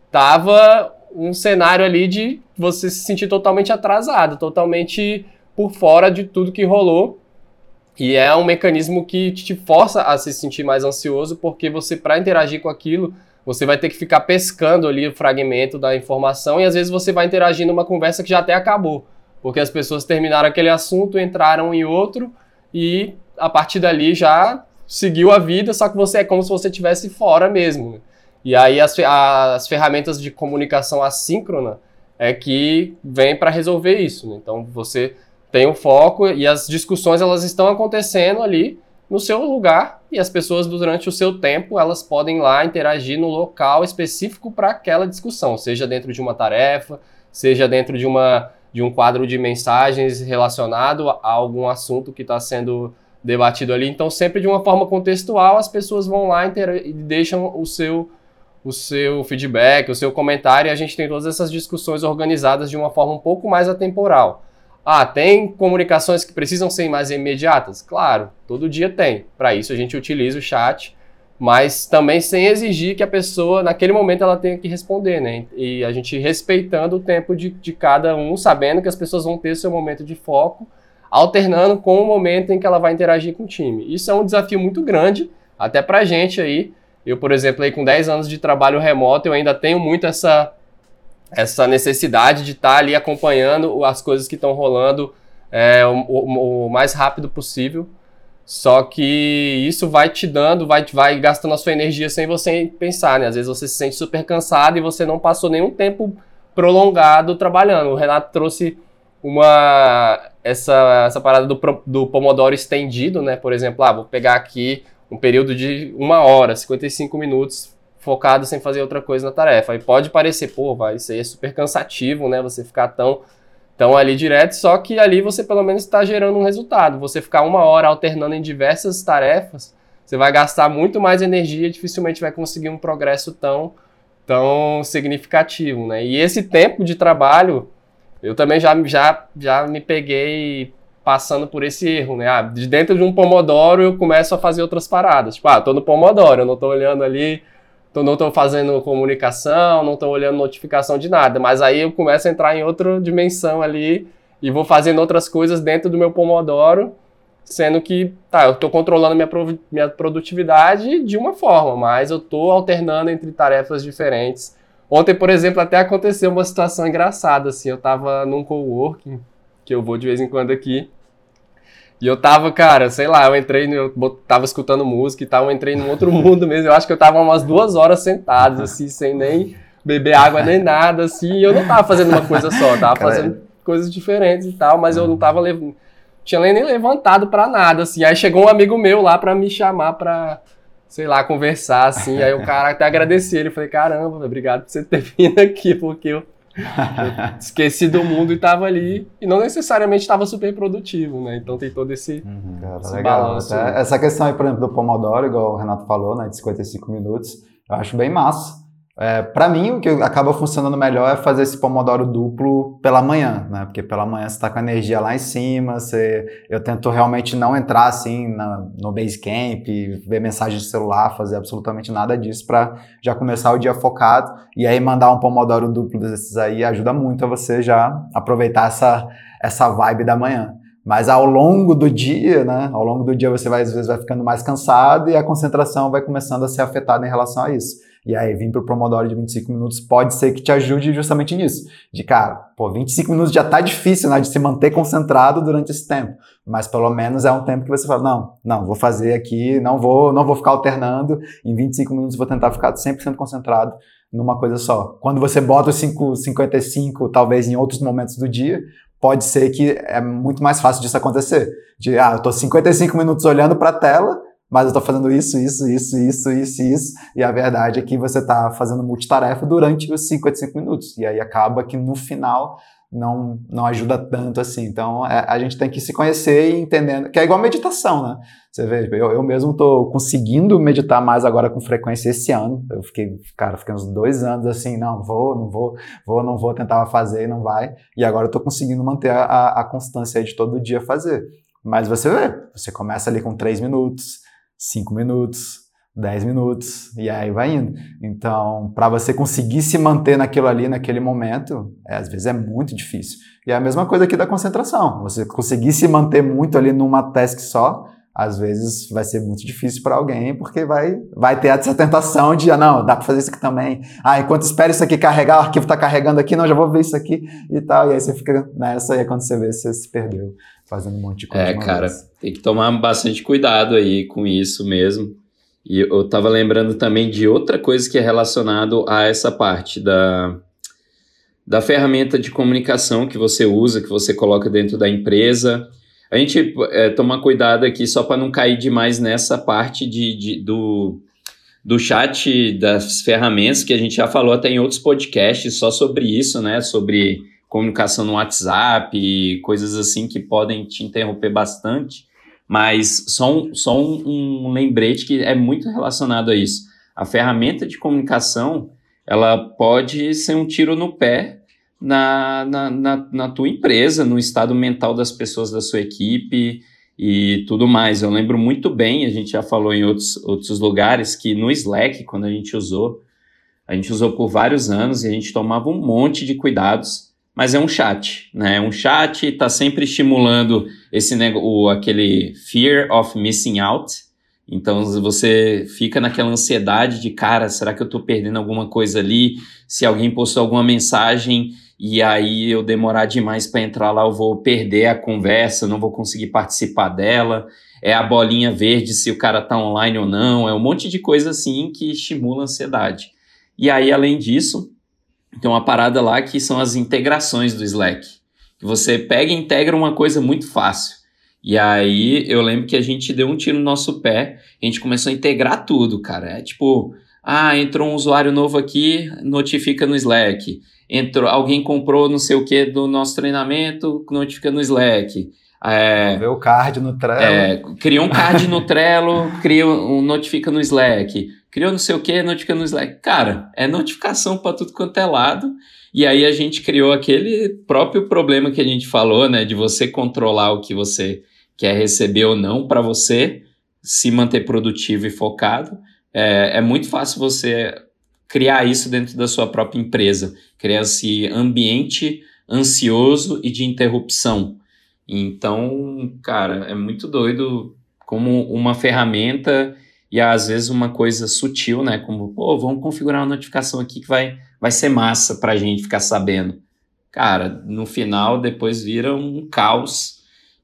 tava um cenário ali de você se sentir totalmente atrasado, totalmente por fora de tudo que rolou. E é um mecanismo que te força a se sentir mais ansioso, porque você, para interagir com aquilo, você vai ter que ficar pescando ali o fragmento da informação e às vezes você vai interagir numa conversa que já até acabou, porque as pessoas terminaram aquele assunto, entraram em outro e a partir dali já seguiu a vida, só que você é como se você estivesse fora mesmo. E aí as, as ferramentas de comunicação assíncrona é que vem para resolver isso, né? Então você tem um foco e as discussões elas estão acontecendo ali no seu lugar e as pessoas durante o seu tempo elas podem lá interagir no local específico para aquela discussão, seja dentro de uma tarefa, seja dentro de, uma, de um quadro de mensagens relacionado a algum assunto que está sendo debatido ali. Então sempre de uma forma contextual as pessoas vão lá e deixam o seu, o seu feedback, o seu comentário, e a gente tem todas essas discussões organizadas de uma forma um pouco mais atemporal. Ah, tem comunicações que precisam ser mais imediatas? Claro, todo dia tem. Para isso a gente utiliza o chat, mas também sem exigir que a pessoa, naquele momento, ela tenha que responder, né? E a gente respeitando o tempo de, de cada um, sabendo que as pessoas vão ter seu momento de foco, alternando com o momento em que ela vai interagir com o time. Isso é um desafio muito grande, até pra gente aí. Eu, por exemplo, aí com dez anos de trabalho remoto, eu ainda tenho muito essa, essa necessidade de estar ali acompanhando as coisas que estão rolando é, o, o, o mais rápido possível. Só que isso vai te dando, vai, vai gastando a sua energia sem você pensar, né? Às vezes você se sente super cansado e você não passou nenhum tempo prolongado trabalhando. O Renato trouxe uma, essa, essa parada do, do Pomodoro estendido, né? Por exemplo, ah, vou pegar aqui um período de uma hora, cinquenta e cinco minutos, focado sem fazer outra coisa na tarefa. Aí pode parecer, pô, vai ser super cansativo, né? Você ficar tão... Então, ali direto, só que ali você pelo menos está gerando um resultado. Você ficar uma hora alternando em diversas tarefas, você vai gastar muito mais energia e dificilmente vai conseguir um progresso tão, tão significativo, né? E esse tempo de trabalho, eu também já, já, já me peguei passando por esse erro, né? Ah, de dentro de um Pomodoro eu começo a fazer outras paradas. Tipo, ah, tô no Pomodoro, eu não tô olhando ali... Então, não estou fazendo comunicação, não estou olhando notificação de nada, mas aí eu começo a entrar em outra dimensão ali e vou fazendo outras coisas dentro do meu Pomodoro, sendo que, tá, eu estou controlando minha, pro, minha produtividade de uma forma, mas eu estou alternando entre tarefas diferentes. Ontem, por exemplo, até aconteceu uma situação engraçada, assim, eu estava num coworking, que eu vou de vez em quando aqui, e eu tava, cara, sei lá, eu entrei, eu tava escutando música e tal, eu entrei num outro mundo mesmo. Eu acho que eu tava umas duas horas sentado, assim, sem nem beber água nem nada, assim. E eu não tava fazendo uma coisa só, eu tava fazendo coisas diferentes e tal, mas eu não tava, lev... tinha nem levantado pra nada, assim. Aí chegou um amigo meu lá pra me chamar pra, sei lá, conversar, assim. Aí o cara até agradeci ele, falei, caramba, obrigado por você ter vindo aqui, porque eu... eu esqueci do mundo e tava ali e não necessariamente estava super produtivo, né? Então tem todo esse, uhum, cara, esse legal. balanço. Até essa questão aí, por exemplo, do Pomodoro, igual o Renato falou, né, de cinquenta e cinco minutos, eu acho bem massa. É, para mim, o que acaba funcionando melhor é fazer esse Pomodoro duplo pela manhã, né? Porque pela manhã você tá com a energia lá em cima, você... eu tento realmente não entrar assim na, no Basecamp, ver mensagem de celular, fazer absolutamente nada disso para já começar o dia focado. E aí mandar um Pomodoro duplo desses aí ajuda muito a você já aproveitar essa, essa vibe da manhã. Mas ao longo do dia, né? Ao longo do dia você vai, às vezes vai ficando mais cansado e a concentração vai começando a ser afetada em relação a isso. E aí vir pro Pomodoro de vinte e cinco minutos pode ser que te ajude justamente nisso. De cara, pô, vinte e cinco minutos já tá difícil, né? De se manter concentrado durante esse tempo. Mas pelo menos é um tempo que você fala, não, não, vou fazer aqui, não vou, não vou ficar alternando. Em vinte e cinco minutos vou tentar ficar cem por cento concentrado numa coisa só. Quando você bota os cinquenta e cinco, talvez em outros momentos do dia, pode ser que é muito mais fácil disso acontecer. De, ah, eu tô cinquenta e cinco minutos olhando para a tela, mas eu tô fazendo isso, isso, isso, isso, isso, isso, e a verdade é que você tá fazendo multitarefa durante os cinquenta e cinco minutos, e aí acaba que no final não, não ajuda tanto assim. Então é, a gente tem que se conhecer e entendendo, que é igual meditação, né? Você vê, eu, eu mesmo tô conseguindo meditar mais agora com frequência esse ano. Eu fiquei, cara, fiquei uns dois anos assim, não, vou, não vou, vou, não vou, tentar fazer e não vai, e agora eu tô conseguindo manter a, a constância aí de todo dia fazer. Mas você vê, você começa ali com três minutos, cinco minutos, dez minutos, e aí vai indo. Então, para você conseguir se manter naquilo ali, naquele momento, é, às vezes é muito difícil. E é a mesma coisa aqui da concentração. Você conseguir se manter muito ali numa task só, às vezes vai ser muito difícil para alguém, porque vai, vai ter essa tentação de, ah, não, dá para fazer isso aqui também. Ah, enquanto espera isso aqui carregar, o arquivo está carregando aqui, não, já vou ver isso aqui e tal. E aí você fica nessa, e aí quando você vê, você se perdeu fazendo um monte de coisa. É, cara, vez. Tem que tomar bastante cuidado aí com isso mesmo. E eu tava lembrando também de outra coisa que é relacionado a essa parte da, da ferramenta de comunicação que você usa, que você coloca dentro da empresa. A gente é, toma cuidado aqui só para não cair demais nessa parte de, de, do, do chat, das ferramentas, que a gente já falou até em outros podcasts só sobre isso, né? Sobre comunicação no WhatsApp e coisas assim que podem te interromper bastante. Mas só um, só um, um lembrete que é muito relacionado a isso. A ferramenta de comunicação, ela pode ser um tiro no pé na, na, na, na tua empresa, no estado mental das pessoas da sua equipe e tudo mais. Eu lembro muito bem, a gente já falou em outros, outros lugares, que no Slack, quando a gente usou, a gente usou por vários anos e a gente tomava um monte de cuidados, mas é um chat, né? Um chat está sempre estimulando esse negócio, aquele fear of missing out. Então você fica naquela ansiedade de, cara, será que eu estou perdendo alguma coisa ali? Se alguém postou alguma mensagem e aí eu demorar demais para entrar lá, eu vou perder a conversa, não vou conseguir participar dela. É a bolinha verde se o cara está online ou não. É um monte de coisa assim que estimula a ansiedade. E aí, além disso, tem uma parada lá que são as integrações do Slack. Que você pega e integra uma coisa muito fácil. E aí, eu lembro que a gente deu um tiro no nosso pé, a gente começou a integrar tudo, cara. É tipo, ah, entrou um usuário novo aqui, notifica no Slack. Entrou, alguém comprou não sei o que do nosso treinamento, notifica no Slack. É, Vê o card no Trello. É, criou um card no Trello, cria um, notifica no Slack. Criou não sei o que, notifica no Slack. Cara, é notificação para tudo quanto é lado. E aí a gente criou aquele próprio problema que a gente falou, né? De você controlar o que você quer receber ou não para você se manter produtivo e focado. É, é muito fácil você criar isso dentro da sua própria empresa. Criar esse ambiente ansioso e de interrupção. Então, cara, é muito doido como uma ferramenta e às vezes uma coisa sutil, né? Como, pô, vamos configurar uma notificação aqui que vai, vai ser massa pra gente ficar sabendo. Cara, no final depois vira um caos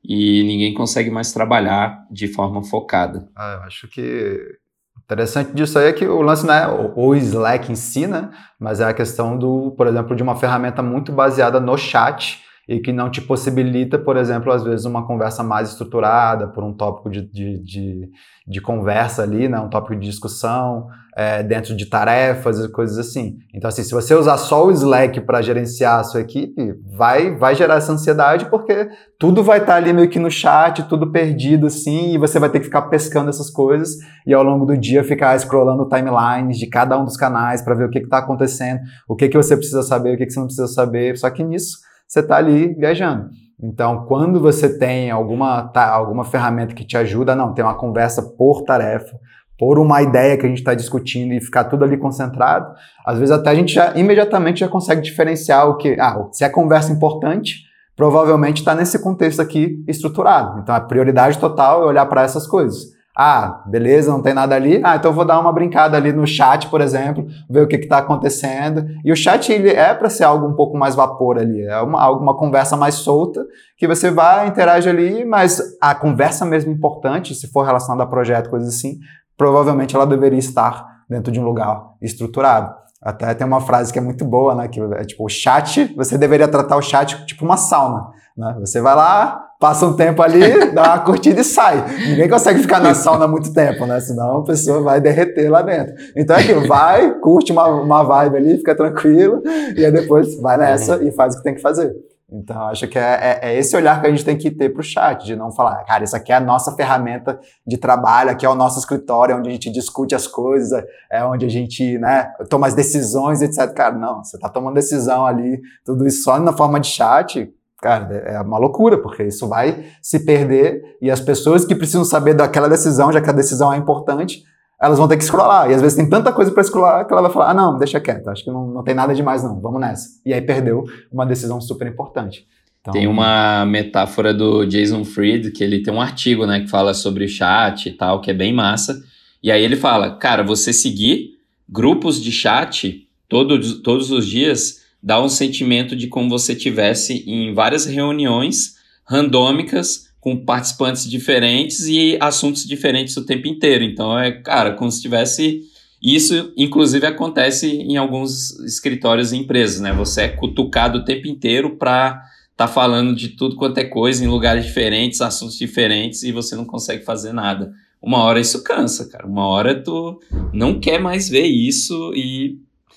e ninguém consegue mais trabalhar de forma focada. Ah, eu acho que interessante disso aí é que o lance não é o Slack em si, né? Mas é a questão do, por exemplo, de uma ferramenta muito baseada no chat e que não te possibilita, por exemplo, às vezes uma conversa mais estruturada por um tópico de, de, de, de conversa ali, né? Um tópico de discussão, é, dentro de tarefas e coisas assim. Então, assim, se você usar só o Slack para gerenciar a sua equipe, vai, vai gerar essa ansiedade porque tudo vai estar ali meio que no chat, tudo perdido, assim, e você vai ter que ficar pescando essas coisas e ao longo do dia ficar scrollando timelines de cada um dos canais para ver o que está acontecendo, o que, que você precisa saber, o que, que você não precisa saber, só que nisso você está ali viajando. Então, quando você tem alguma, tá, alguma ferramenta que te ajuda a não ter uma conversa por tarefa, por uma ideia que a gente está discutindo e ficar tudo ali concentrado, às vezes até a gente já imediatamente já consegue diferenciar o que, ah, se é conversa importante, provavelmente está nesse contexto aqui estruturado. Então, a prioridade total é olhar para essas coisas. Ah, beleza, não tem nada ali. Ah, então eu vou dar uma brincada ali no chat, por exemplo, ver o que está acontecendo. E o chat ele é para ser algo um pouco mais vapor ali, é uma, uma conversa mais solta, que você vai, interage ali, mas a conversa mesmo importante, se for relacionada a projeto, coisas assim, provavelmente ela deveria estar dentro de um lugar estruturado. Até tem uma frase que é muito boa, né? Que é tipo, o chat, você deveria tratar o chat tipo uma sauna, né? Você vai lá, passa um tempo ali, dá uma curtida e sai. Ninguém consegue ficar na sauna muito tempo, né? Senão a pessoa vai derreter lá dentro. Então é aquilo, vai, curte uma, uma vibe ali, fica tranquilo, e aí depois vai nessa e faz o que tem que fazer. Então, acho que é, é, é esse olhar que a gente tem que ter para o chat, de não falar, cara, isso aqui é a nossa ferramenta de trabalho, aqui é o nosso escritório, onde a gente discute as coisas, é onde a gente, né, toma as decisões, etcétera. Cara, não, você está tomando decisão ali, tudo isso só na forma de chat, cara, é uma loucura, porque isso vai se perder e as pessoas que precisam saber daquela decisão, já que a decisão é importante, elas vão ter que scrollar. E às vezes tem tanta coisa para scrollar que ela vai falar, ah, não, deixa quieto, acho que não, não tem nada demais não, vamos nessa. E aí perdeu uma decisão super importante. Então... Tem uma metáfora do Jason Fried, que ele tem um artigo, né, que fala sobre o chat e tal, que é bem massa. E aí ele fala, cara, você seguir grupos de chat todos, todos os dias dá um sentimento de como você tivesse em várias reuniões randômicas com participantes diferentes e assuntos diferentes o tempo inteiro. Então, é, cara, como se tivesse... Isso, inclusive, acontece em alguns escritórios e empresas, né? Você é cutucado o tempo inteiro para estar tá falando de tudo quanto é coisa em lugares diferentes, assuntos diferentes, e você não consegue fazer nada. Uma hora isso cansa, cara. Uma hora tu não quer mais ver isso e...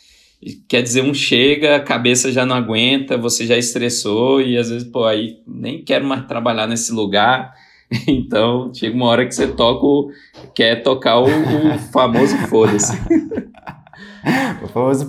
Quer dizer, um chega, a cabeça já não aguenta, você já estressou e às vezes, pô, aí nem quero mais trabalhar nesse lugar. Então, chega uma hora que você toca o, quer tocar o, o famoso foda-se. O famoso...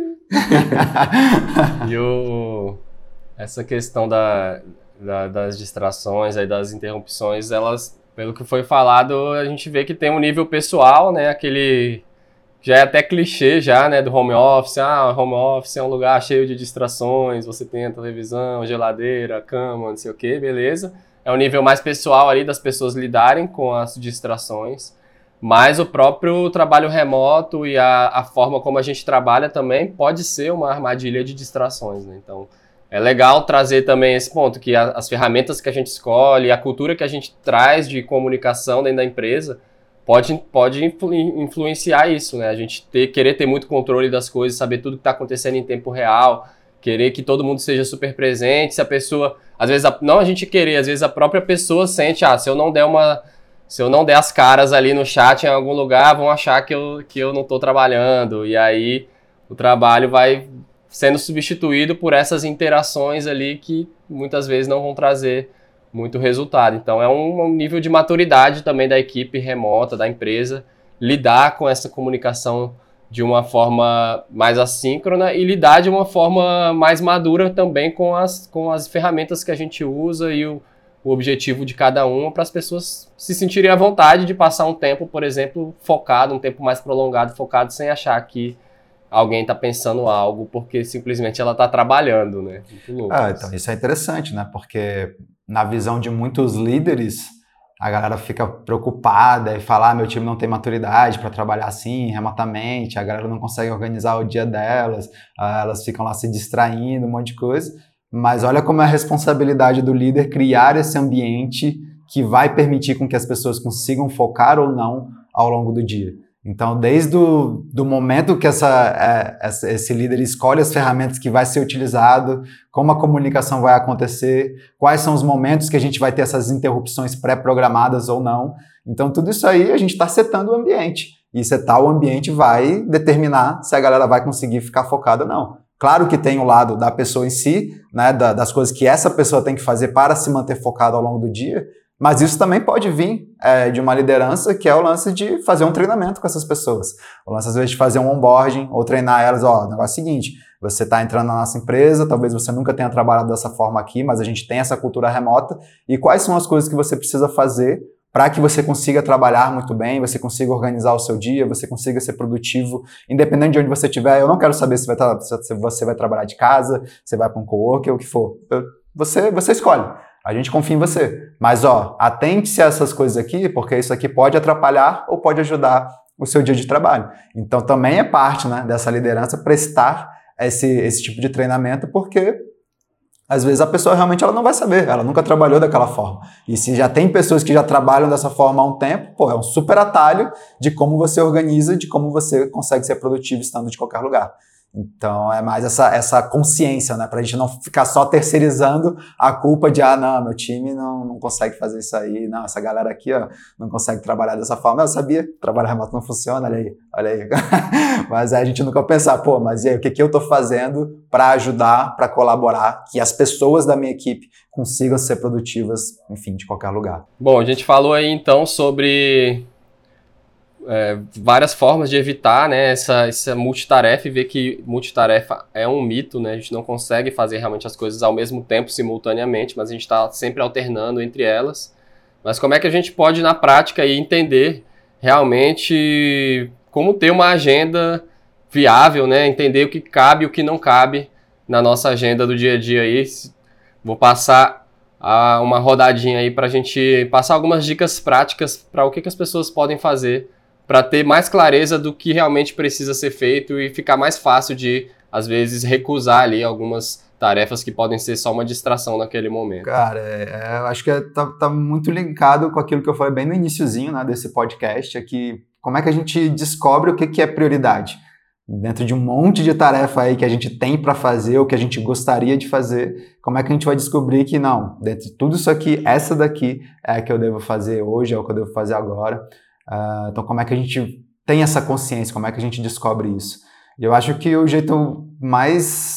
E o, essa questão da, da, das distrações, aí, das interrupções, elas, pelo que foi falado, a gente vê que tem um nível pessoal, né? Aquele... Já é até clichê já, né, do home office. Ah, home office é um lugar cheio de distrações, você tem a televisão, geladeira, cama, não sei o que, beleza. É um nível mais pessoal ali das pessoas lidarem com as distrações. Mas o próprio trabalho remoto e a, a forma como a gente trabalha também pode ser uma armadilha de distrações, né? Então, é legal trazer também esse ponto, que a, as ferramentas que a gente escolhe, a cultura que a gente traz de comunicação dentro da empresa, Pode, pode influ, influenciar isso, né? A gente ter, querer ter muito controle das coisas, saber tudo que está acontecendo em tempo real, querer que todo mundo seja super presente. Se a pessoa, às vezes, a, não a gente querer, às vezes a própria pessoa sente, ah, se eu não der uma, se eu não der as caras ali no chat em algum lugar, vão achar que eu, que eu não estou trabalhando. E aí o trabalho vai sendo substituído por essas interações ali que muitas vezes não vão trazer muito resultado. Então é um, um nível de maturidade também da equipe remota, da empresa, lidar com essa comunicação de uma forma mais assíncrona e lidar de uma forma mais madura também com as, com as ferramentas que a gente usa e o, o objetivo de cada uma, para as pessoas se sentirem à vontade de passar um tempo, por exemplo, focado, um tempo mais prolongado, focado, sem achar que alguém está pensando algo porque simplesmente ela está trabalhando, né? Muito louco. Ah, então isso é interessante, né? Porque na visão de muitos líderes, a galera fica preocupada e fala, ah, meu time não tem maturidade para trabalhar assim, remotamente, a galera não consegue organizar o dia delas, elas ficam lá se distraindo, um monte de coisa. Mas olha como é a responsabilidade do líder criar esse ambiente que vai permitir com que as pessoas consigam focar ou não ao longo do dia. Então, desde o do momento que essa, é, essa, esse líder escolhe as ferramentas que vai ser utilizado, como a comunicação vai acontecer, quais são os momentos que a gente vai ter essas interrupções pré-programadas ou não. Então, tudo isso aí a gente está setando o ambiente. E setar o ambiente vai determinar se a galera vai conseguir ficar focada ou não. Claro que tem o lado da pessoa em si, né, da, das coisas que essa pessoa tem que fazer para se manter focada ao longo do dia, mas isso também pode vir é, de uma liderança, que é o lance de fazer um treinamento com essas pessoas. O lance, às vezes, de fazer um onboarding ou treinar elas. Ó, o negócio é o seguinte, você está entrando na nossa empresa, talvez você nunca tenha trabalhado dessa forma aqui, mas a gente tem essa cultura remota. E quais são as coisas que você precisa fazer para que você consiga trabalhar muito bem, você consiga organizar o seu dia, você consiga ser produtivo, independente de onde você estiver. Eu não quero saber se, vai tra- se você vai trabalhar de casa, se vai para um coworker, o que for. Eu, você, você escolhe. A gente confia em você. Mas, ó, atente-se a essas coisas aqui, porque isso aqui pode atrapalhar ou pode ajudar o seu dia de trabalho. Então, também é parte, né, dessa liderança prestar esse, esse tipo de treinamento, porque às vezes a pessoa realmente ela não vai saber, ela nunca trabalhou daquela forma. E se já tem pessoas que já trabalham dessa forma há um tempo, pô, é um super atalho de como você organiza, de como você consegue ser produtivo estando de qualquer lugar. Então, é mais essa, essa consciência, né? Pra gente não ficar só terceirizando a culpa de, ah, não, meu time não, não consegue fazer isso aí, não, essa galera aqui, ó, não consegue trabalhar dessa forma. Eu sabia, trabalho remoto não funciona, olha aí, olha aí. Mas aí a gente nunca pensar, pô, mas e aí, o que, que eu tô fazendo para ajudar, para colaborar, que as pessoas da minha equipe consigam ser produtivas, enfim, de qualquer lugar. Bom, a gente falou aí, então, sobre... É, várias formas de evitar, né, essa, essa multitarefa e ver que multitarefa é um mito, né, a gente não consegue fazer realmente as coisas ao mesmo tempo, simultaneamente, mas a gente está sempre alternando entre elas. Mas como é que a gente pode, na prática, aí, entender realmente como ter uma agenda viável, né, entender o que cabe e o que não cabe na nossa agenda do dia a dia aí. Vou passar a uma rodadinha aí para a gente passar algumas dicas práticas para o que, que as pessoas podem fazer para ter mais clareza do que realmente precisa ser feito e ficar mais fácil de, às vezes, recusar ali algumas tarefas que podem ser só uma distração naquele momento. Cara, é, é, eu acho que é, tá, tá muito linkado com aquilo que eu falei bem no iniciozinho, né, desse podcast, é que como é que a gente descobre o que, que é prioridade? Dentro de um monte de tarefa aí que a gente tem para fazer, ou que a gente gostaria de fazer, como é que a gente vai descobrir que não, dentro de tudo isso aqui, essa daqui é a que eu devo fazer hoje, é o que eu devo fazer agora. Uh, então, como é que a gente tem essa consciência? Como é que a gente descobre isso? E eu acho que o jeito mais,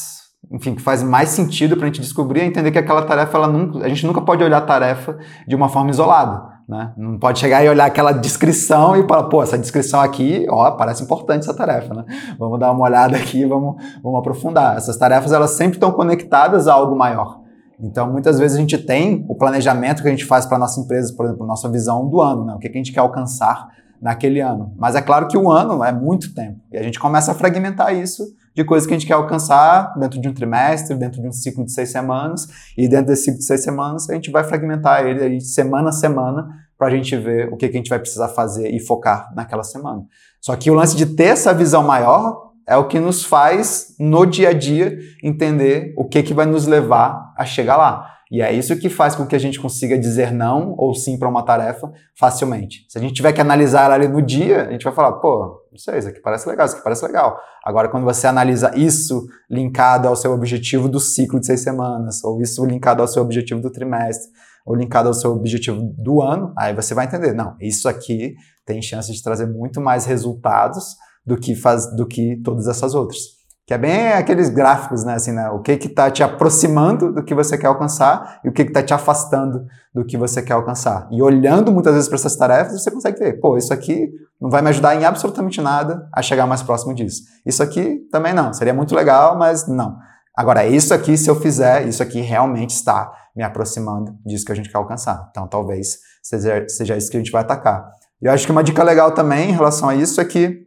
enfim, que faz mais sentido para a gente descobrir é entender que aquela tarefa, ela nunca, a gente nunca pode olhar a tarefa de uma forma isolada. Né? Não pode chegar e olhar aquela descrição e falar, pô, essa descrição aqui, ó, parece importante essa tarefa, né? Vamos dar uma olhada aqui, vamos, vamos aprofundar. Essas tarefas, elas sempre estão conectadas a algo maior. Então, muitas vezes a gente tem o planejamento que a gente faz para a nossa empresa, por exemplo, nossa visão do ano, né? O que a gente quer alcançar naquele ano. Mas é claro que o ano é muito tempo. E a gente começa a fragmentar isso de coisas que a gente quer alcançar dentro de um trimestre, dentro de um ciclo de seis semanas, e dentro desse ciclo de seis semanas a gente vai fragmentar ele aí semana a semana para a gente ver o que, que a gente vai precisar fazer e focar naquela semana. Só que o lance de ter essa visão maior é o que nos faz, no dia a dia, entender o que, que vai nos levar a chegar lá. E é isso que faz com que a gente consiga dizer não ou sim para uma tarefa facilmente. Se a gente tiver que analisar ela ali no dia, a gente vai falar, pô, não sei, isso aqui parece legal, isso aqui parece legal. Agora, quando você analisa isso linkado ao seu objetivo do ciclo de seis semanas, ou isso linkado ao seu objetivo do trimestre, ou linkado ao seu objetivo do ano, aí você vai entender, não, isso aqui tem chance de trazer muito mais resultados do que, faz, do que todas essas outras. Que é bem aqueles gráficos, né, assim, né, o que que tá te aproximando do que você quer alcançar e o que que tá te afastando do que você quer alcançar. E olhando muitas vezes para essas tarefas, você consegue ver, pô, isso aqui não vai me ajudar em absolutamente nada a chegar mais próximo disso. Isso aqui também não, seria muito legal, mas não. Agora, isso aqui, se eu fizer, isso aqui realmente está me aproximando disso que a gente quer alcançar. Então, talvez seja, seja isso que a gente vai atacar. E eu acho que uma dica legal também em relação a isso é que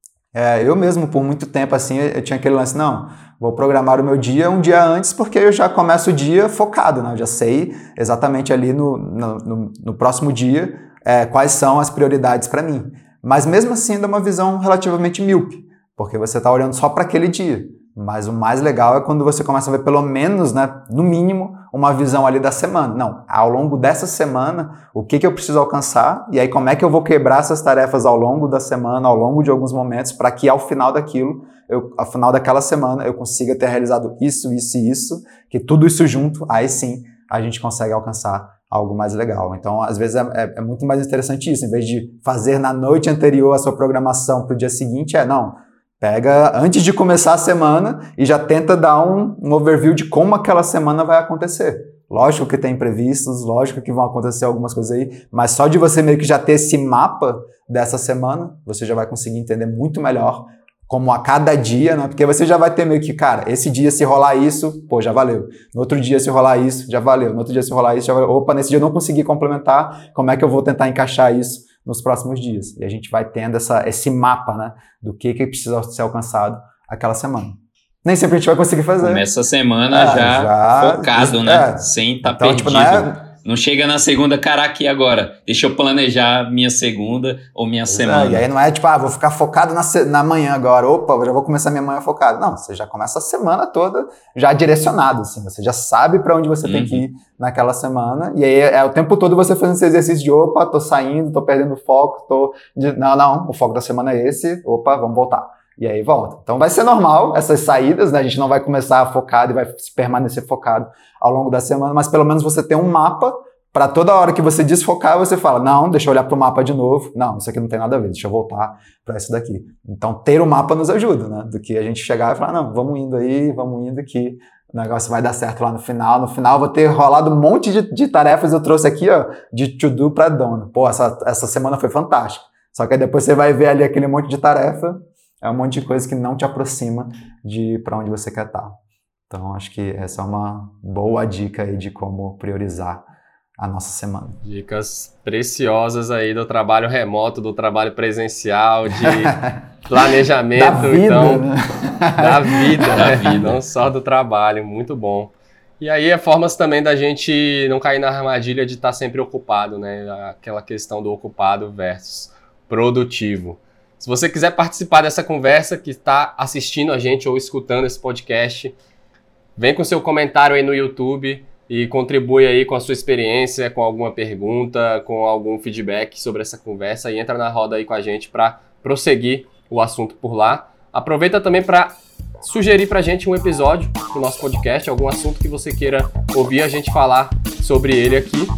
É, eu mesmo, por muito tempo, assim, eu tinha aquele lance, não, vou programar o meu dia um dia antes, porque eu já começo o dia focado, né? Eu já sei exatamente ali no, no, no, no próximo dia é, quais são as prioridades para mim. Mas mesmo assim, dá uma visão relativamente míope, porque você está olhando só para aquele dia. Mas o mais legal é quando você começa a ver pelo menos, né, no mínimo, uma visão ali da semana. Não, ao longo dessa semana, o que, que eu preciso alcançar e aí como é que eu vou quebrar essas tarefas ao longo da semana, ao longo de alguns momentos, para que ao final daquilo, eu, ao final daquela semana, eu consiga ter realizado isso, isso e isso, que tudo isso junto, aí sim, a gente consegue alcançar algo mais legal. Então, às vezes, é, é, é muito mais interessante isso. Em vez de fazer na noite anterior a sua programação para o dia seguinte, é, não... Pega antes de começar a semana e já tenta dar um, um overview de como aquela semana vai acontecer. Lógico que tem imprevistos, lógico que vão acontecer algumas coisas aí, mas só de você meio que já ter esse mapa dessa semana, você já vai conseguir entender muito melhor como a cada dia, né? Porque você já vai ter meio que, cara, esse dia se rolar isso, pô, já valeu. No outro dia se rolar isso, já valeu. No outro dia se rolar isso, já valeu. Opa, nesse dia eu não consegui complementar, como é que eu vou tentar encaixar isso nos próximos dias? E a gente vai tendo essa, esse mapa, né, do que, que precisa ser alcançado aquela semana. Nem sempre a gente vai conseguir fazer. Começa a semana é, já, já focado, né? É. Sem estar tá então, perdido. Tipo, não, é... não chega na segunda, caraca, e agora? Deixa eu planejar minha segunda ou minha Exato. semana. E aí não é tipo, ah, vou ficar focado na, se... na manhã agora. Opa, já vou começar minha manhã focado. Não, você já começa a semana toda já direcionado, assim. Você já sabe para onde você uhum. tem que ir naquela semana. E aí é o tempo todo você fazendo esse exercício de, opa, tô saindo, tô perdendo foco, tô... De... Não, não, o foco da semana é esse. Opa, vamos voltar. E aí volta. Então vai ser normal essas saídas, né? A gente não vai começar focado e vai permanecer focado ao longo da semana, mas pelo menos você tem um mapa para toda hora que você desfocar, você fala, não, deixa eu olhar para o mapa de novo. Não, isso aqui não tem nada a ver, deixa eu voltar para isso daqui. Então ter o mapa nos ajuda, né? Do que a gente chegar e falar, não, vamos indo aí, vamos indo que o negócio vai dar certo lá no final. No final vou ter rolado um monte de, de tarefas, eu trouxe aqui, ó, de to-do para dona. Pô, essa, essa semana foi fantástica. Só que aí depois você vai ver ali aquele monte de tarefa, é um monte de coisa que não te aproxima de para onde você quer estar. Então, acho que essa é uma boa dica aí de como priorizar a nossa semana. Dicas preciosas aí do trabalho remoto, do trabalho presencial, de planejamento, da vida, então, né? da vida, né? vida, não só do trabalho, muito bom. E aí é formas também da gente não cair na armadilha de estar sempre ocupado, né? Aquela questão do ocupado versus produtivo. Se você quiser participar dessa conversa, que está assistindo a gente ou escutando esse podcast, vem com seu comentário aí no YouTube e contribui aí com a sua experiência, com alguma pergunta, com algum feedback sobre essa conversa e entra na roda aí com a gente para prosseguir o assunto por lá. Aproveita também para sugerir para a gente um episódio do nosso podcast, algum assunto que você queira ouvir a gente falar sobre ele aqui.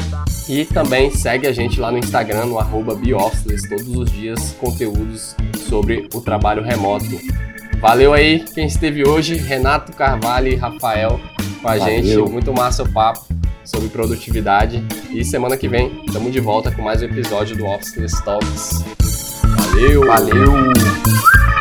E também segue a gente lá no Instagram, no arroba BeOfficeless, todos os dias conteúdos sobre o trabalho remoto. Valeu aí quem esteve hoje, Renato Carvalho e Rafael com a Valeu. gente. Muito massa o papo sobre produtividade. E semana que vem estamos de volta com mais um episódio do Officeless Talks. Valeu! Valeu!